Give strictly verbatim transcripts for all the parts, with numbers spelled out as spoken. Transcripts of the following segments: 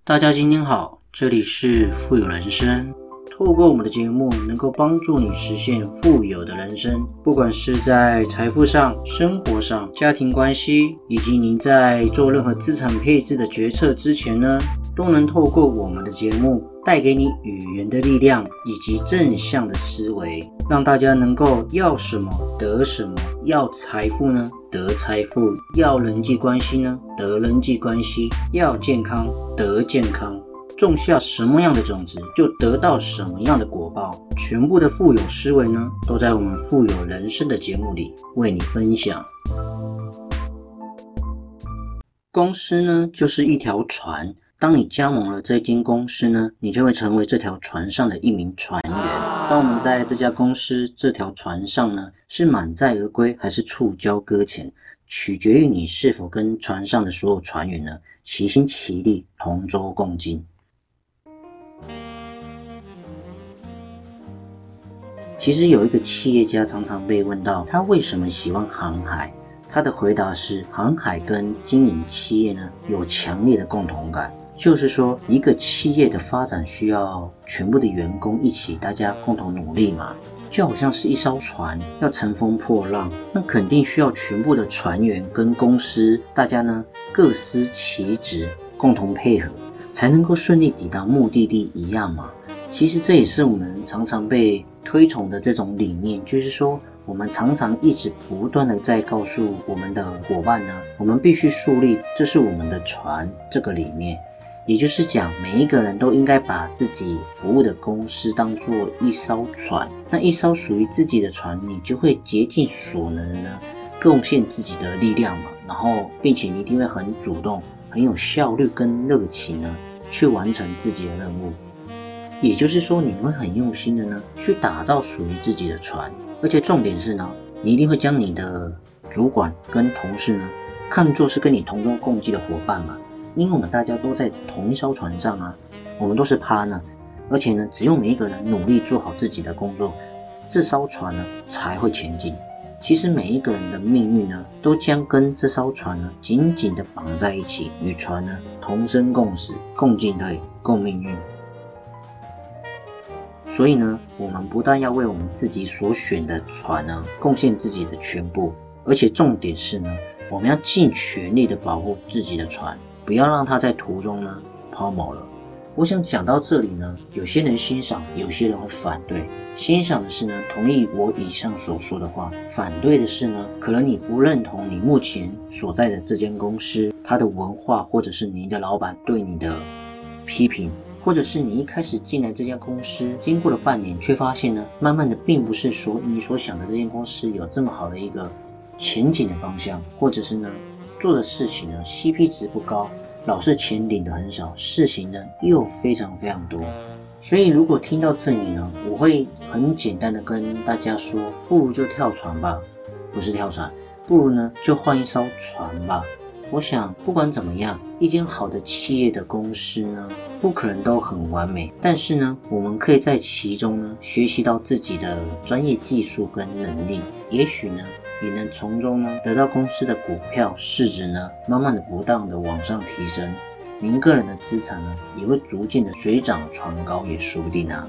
大家今天好，这里是富有人生。透过我们的节目，能够帮助你实现富有的人生，不管是在财富上、生活上、家庭关系，以及您在做任何资产配置的决策之前呢，都能透过我们的节目带给你语言的力量以及正向的思维，让大家能够要什么得什么，要财富呢得财富，要人际关系呢得人际关系，要健康得健康。种下什么样的种子，就得到什么样的果报。全部的富有思维呢，都在我们富有人生的节目里为你分享。公司呢，就是一条船。当你加盟了这间公司呢，你就会成为这条船上的一名船员。当我们在这家公司这条船上呢，是满载而归还是触礁搁浅，取决于你是否跟船上的所有船员呢齐心齐力，同舟共进。其实有一个企业家常常被问到他为什么喜欢航海，他的回答是航海跟经营企业呢有强烈的共同感，就是说一个企业的发展需要全部的员工一起大家共同努力嘛，就好像是一艘船要乘风破浪，那肯定需要全部的船员跟公司大家呢各司其职，共同配合才能够顺利抵达目的地一样嘛。其实这也是我们常常被推崇的这种理念，就是说我们常常一直不断的在告诉我们的伙伴呢，我们必须树立这是我们的船这个理念，也就是讲每一个人都应该把自己服务的公司当作一艘船，那一艘属于自己的船，你就会竭尽所能的呢贡献自己的力量嘛，然后并且你一定会很主动很有效率跟热情呢去完成自己的任务。也就是说你会很用心的呢去打造属于自己的船，而且重点是呢，你一定会将你的主管跟同事呢看作是跟你同舟共济的伙伴嘛，因为我们大家都在同一艘船上啊，我们都是 partner， 而且呢只有每一个人努力做好自己的工作，这艘船呢才会前进。其实每一个人的命运呢都将跟这艘船呢紧紧的绑在一起，与船呢同生共死，共进退，共命运。所以呢，我们不但要为我们自己所选的船呢贡献自己的全部，而且重点是呢，我们要尽全力的保护自己的船，不要让它在途中呢抛锚了。我想讲到这里呢，有些人欣赏，有些人会反对。欣赏的是呢，同意我以上所说的话；反对的是呢，可能你不认同你目前所在的这间公司它的文化，或者是你的老板对你的批评。或者是你一开始进来这家公司，经过了半年，却发现呢，慢慢的并不是说你所想的这间公司有这么好的一个前景的方向，或者是呢，做的事情呢 C P 值不高，老是钱领的很少，事情呢又非常非常多。所以如果听到这里呢，我会很简单的跟大家说，不如就跳船吧，不是跳船，不如呢就换一艘船吧。我想不管怎么样，一间好的企业的公司呢不可能都很完美，但是呢我们可以在其中呢学习到自己的专业技术跟能力，也许呢也能从中呢得到公司的股票市值呢慢慢的不断的往上提升，您个人的资产呢也会逐渐的水涨船高也说不定啊。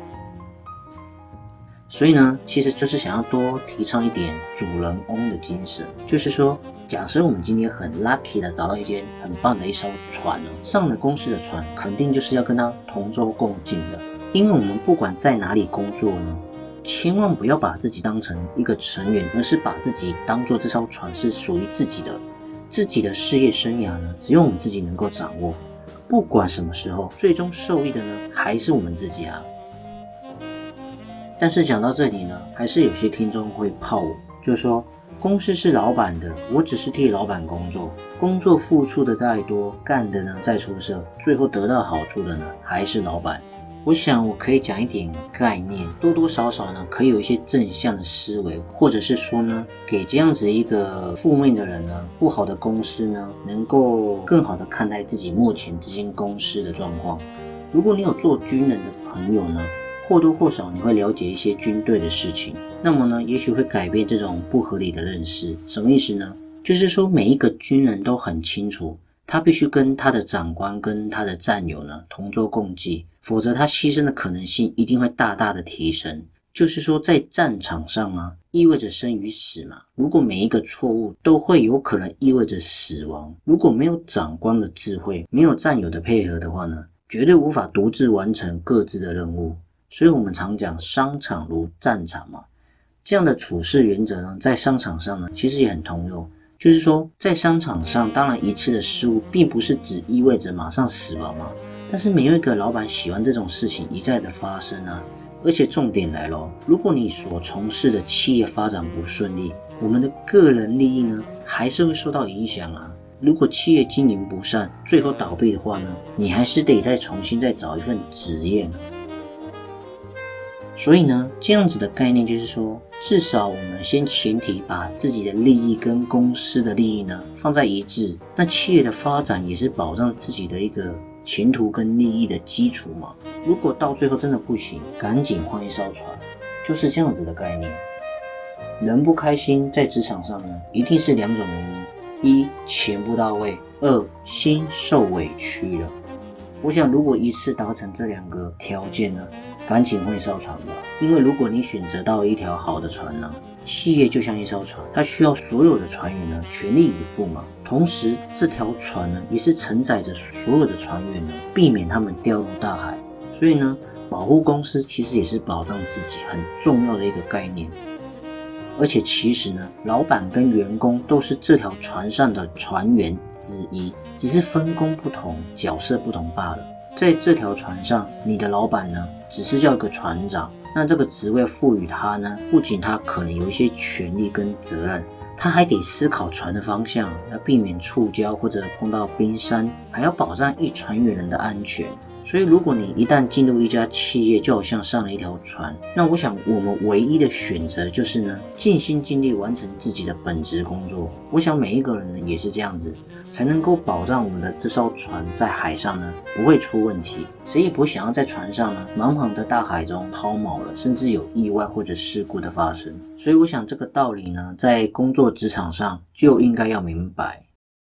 所以呢其实就是想要多提倡一点主人翁的精神，就是说假设我们今天很 lucky 的找到一间很棒的一艘船，上了公司的船肯定就是要跟它同舟共进的，因为我们不管在哪里工作呢，千万不要把自己当成一个成员，而是把自己当作这艘船是属于自己的，自己的事业生涯呢只有我们自己能够掌握，不管什么时候最终受益的呢还是我们自己啊。但是讲到这里呢，还是有些听众会泡我，就是说公司是老板的，我只是替老板工作，工作付出的再多，干的呢再出色，最后得到好处的呢还是老板。我想我可以讲一点概念，多多少少呢可以有一些正向的思维，或者是说呢给这样子一个负面的人呢，不好的公司呢能够更好的看待自己目前这间公司的状况。如果你有做军人的朋友呢，或多或少你会了解一些军队的事情，那么呢也许会改变这种不合理的认识。什么意思呢？就是说每一个军人都很清楚他必须跟他的长官跟他的战友呢同舟共济，否则他牺牲的可能性一定会大大的提升。就是说在战场上啊，意味着生与死嘛，如果每一个错误都会有可能意味着死亡，如果没有长官的智慧，没有战友的配合的话呢，绝对无法独自完成各自的任务。所以我们常讲商场如战场嘛，这样的处事原则呢，在商场上呢，其实也很通用。就是说在商场上，当然一次的失误并不是只意味着马上死亡嘛，但是没有一个老板喜欢这种事情一再的发生啊。而且重点来咯，如果你所从事的企业发展不顺利，我们的个人利益呢，还是会受到影响啊。如果企业经营不善，最后倒闭的话呢，你还是得再重新再找一份职业呢。所以呢，这样子的概念就是说，至少我们先前提把自己的利益跟公司的利益呢放在一致，那企业的发展也是保障自己的一个前途跟利益的基础嘛。如果到最后真的不行，赶紧换一艘船，就是这样子的概念。人不开心，在职场上呢，一定是两种原因：一，钱不到位；二，心受委屈了。我想，如果一次达成这两个条件呢，赶紧换一艘船吧。因为如果你选择到一条好的船呢，企业就像一艘船，它需要所有的船员呢全力以赴嘛。同时，这条船呢也是承载着所有的船员呢，避免他们掉入大海。所以呢，保护公司其实也是保障自己很重要的一个概念。而且其实呢，老板跟员工都是这条船上的船员之一，只是分工不同，角色不同罢了。在这条船上，你的老板呢，只是叫一个船长，那这个职位赋予他呢，不仅他可能有一些权利跟责任，他还得思考船的方向，要避免触礁或者碰到冰山，还要保障一船员人的安全。所以如果你一旦进入一家企业，就好像上了一条船，那我想我们唯一的选择就是呢，尽心尽力完成自己的本职工作。我想每一个人呢也是这样子，才能够保障我们的这艘船在海上呢不会出问题。谁也不想要在船上呢茫茫的大海中抛锚了，甚至有意外或者事故的发生。所以我想这个道理呢，在工作职场上就应该要明白。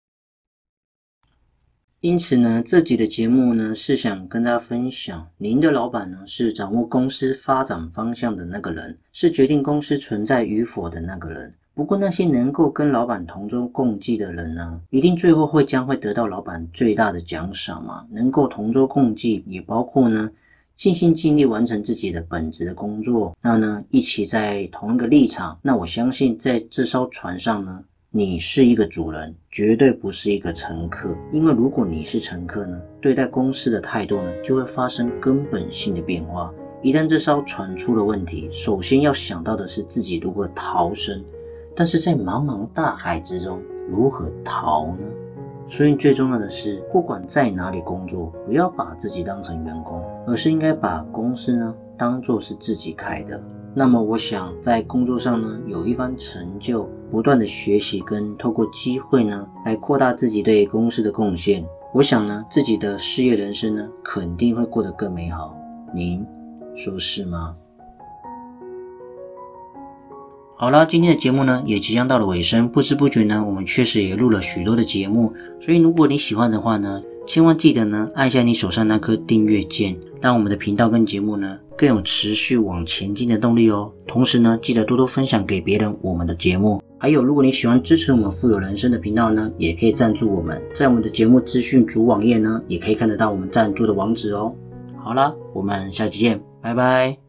因此呢，这集的节目呢，是想跟大家分享，您的老板呢，是掌握公司发展方向的那个人，是决定公司存在与否的那个人。不过那些能够跟老板同舟共济的人呢，一定最后会将会得到老板最大的奖赏嘛。能够同舟共济，也包括呢，尽心尽力完成自己的本职的工作，那呢，一起在同一个立场。那我相信在这艘船上呢，你是一个主人，绝对不是一个乘客。因为如果你是乘客呢，对待公司的态度呢，就会发生根本性的变化。一旦这艘船出了问题，首先要想到的是自己如何逃生，但是在茫茫大海之中，如何逃呢？所以最重要的是，不管在哪里工作，不要把自己当成员工，而是应该把公司呢，当作是自己开的。那么我想在工作上呢，有一番成就，不断的学习跟透过机会呢，来扩大自己对公司的贡献。我想呢，自己的事业人生呢，肯定会过得更美好。您说是吗？好啦，今天的节目呢也即将到了尾声，不知不觉呢我们确实也录了许多的节目，所以如果你喜欢的话呢，千万记得呢按下你手上那颗订阅键，让我们的频道跟节目呢更有持续往前进的动力哦。同时呢，记得多多分享给别人我们的节目。还有，如果你喜欢支持我们富有人生的频道呢，也可以赞助我们，在我们的节目资讯主网页呢，也可以看得到我们赞助的网址哦。好啦，我们下期见，拜拜。